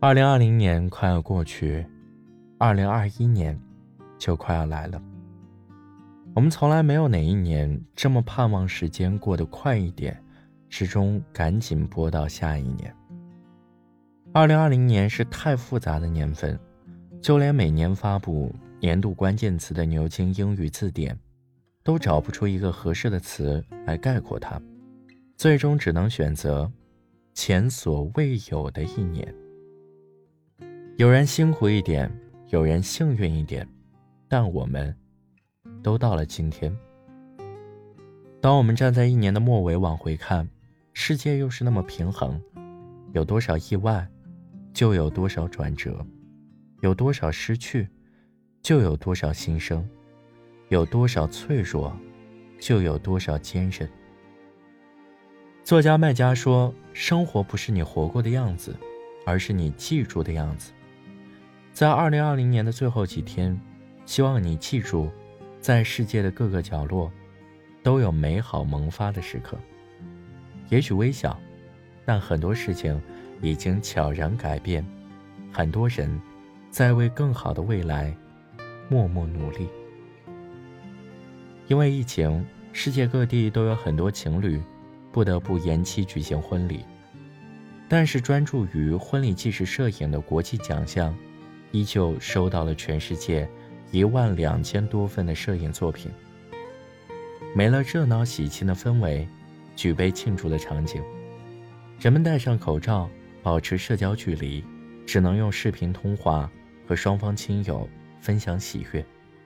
2020年快要过去，2021年就快要来了。我们从来没有哪一年这么盼望时间过得快一点，始终赶紧拨到下一年。2020年是太复杂的年份，就连每年发布年度关键词的牛津英语字典都找不出一个合适的词来概括它，最终只能选择前所未有的一年。有人辛苦一点，有人幸运一点，但我们都到了今天。当我们站在一年的末尾往回看，世界又是那么平衡，有多少意外就有多少转折，有多少失去就有多少新生，有多少脆弱就有多少坚韧。作家麦家说，生活不是你活过的样子，而是你记住的样子。在2020年的最后几天，希望你记住，在世界的各个角落都有美好萌发的时刻。也许微小，但很多事情已经悄然改变，很多人在为更好的未来默默努力。因为疫情，世界各地都有很多情侣不得不延期举行婚礼，但是专注于婚礼纪实摄影的国际奖项依旧收到了全世界12000多份的摄影作品。没了热闹喜庆的氛围，举杯庆祝的场景，人们戴上口罩，保持社交距离，只能用视频通话和双方亲友分享喜悦。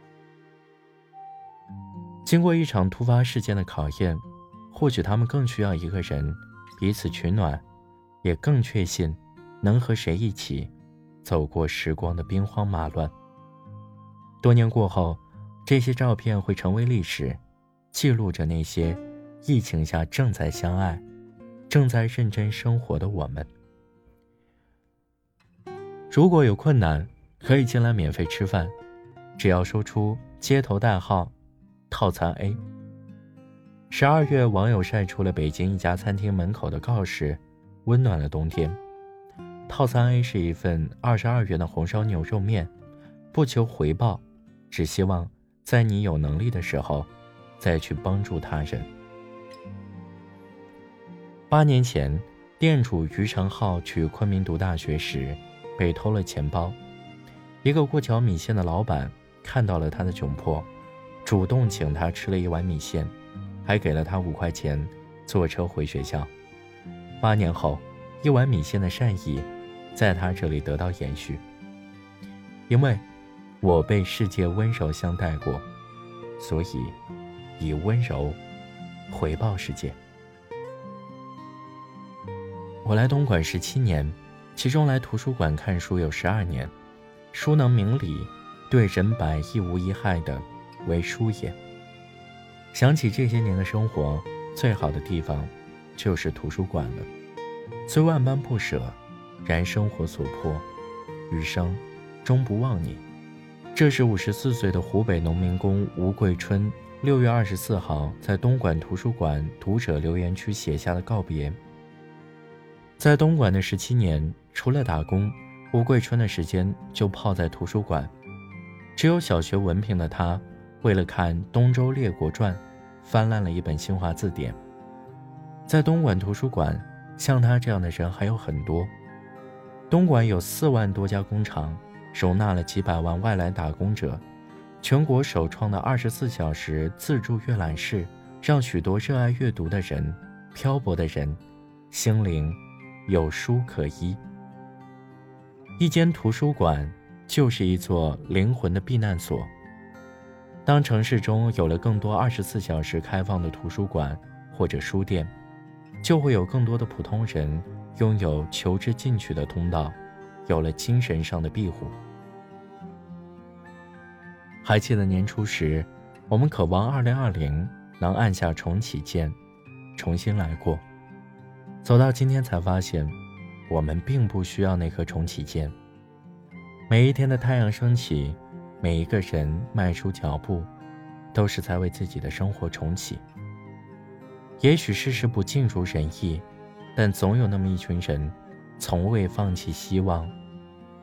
经过一场突发事件的考验，或许他们更需要一个人彼此取暖，也更确信能和谁一起走过时光的兵荒马乱。多年过后，这些照片会成为历史，记录着那些疫情下正在相爱、正在认真生活的我们。如果有困难，可以进来免费吃饭，只要说出街头代号套餐 A。12月，网友晒出了北京一家餐厅门口的告示，温暖了冬天。套餐 A 是一份22元的红烧牛肉面，不求回报，只希望在你有能力的时候再去帮助他人。8年前，店主于成浩去昆明读大学时被偷了钱包，一个过桥米线的老板看到了他的窘迫，主动请他吃了一碗米线，还给了他5块钱坐车回学校。8年后，一碗米线的善意在他这里得到延续。因为我被世界温柔相待过，所以以温柔回报世界。我来东莞17年，其中来图书馆看书有12年，书能明理，对人百亦无一害的为书也。想起这些年的生活，最好的地方就是图书馆了。虽万般不舍，然生活所迫，余生终不忘你。这是54岁的湖北农民工吴桂春6月24号在东莞图书馆读者留言区写下的告别。在东莞的17年，除了打工，吴桂春的时间就泡在图书馆。只有小学文凭的他，为了看《东周列国传》，翻烂了一本新华字典。在东莞图书馆，像他这样的人还有很多。东莞有4万多家工厂，容纳了几百万外来打工者。全国首创的24小时自助阅览室，让许多热爱阅读的人、漂泊的人，心灵有书可依。一间图书馆就是一座灵魂的避难所。当城市中有了更多24小时开放的图书馆或者书店，就会有更多的普通人拥有求知进取的通道，有了精神上的庇护。还记得年初时，我们渴望2020能按下重启键，重新来过。走到今天才发现，我们并不需要那颗重启键。每一天的太阳升起，每一个人迈出脚步，都是在为自己的生活重启。也许事事不尽如人意，但总有那么一群人从未放弃希望，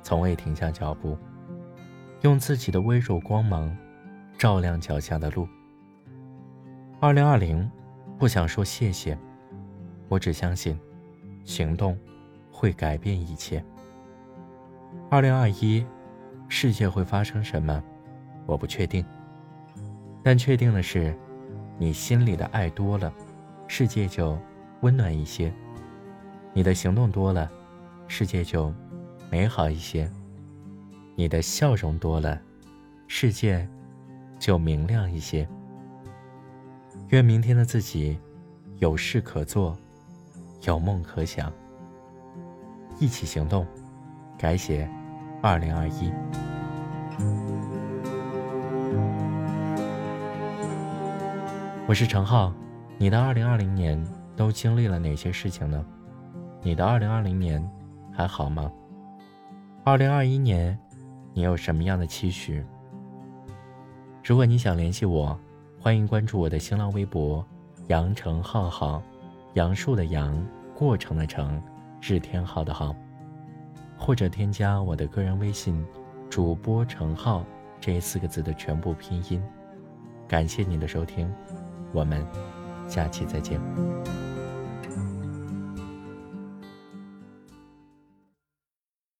从未停下脚步，用自己的微弱光芒照亮脚下的路。2020，不想说谢谢，我只相信行动会改变一切。2021，世界会发生什么，我不确定，但确定的是，你心里的爱多了，世界就温暖一些；你的行动多了，世界就美好一些；你的笑容多了，世界就明亮一些。愿明天的自己有事可做，有梦可想，一起行动，改写2021。我是程浩，你的2020年都经历了哪些事情呢？你的2020年还好吗？2021年你有什么样的期许？如果你想联系我，欢迎关注我的新浪微博杨程浩浩，杨树的杨，过程的程，日天浩的浩，或者添加我的个人微信主播程浩这4个字的全部拼音。感谢你的收听，我们下期再见。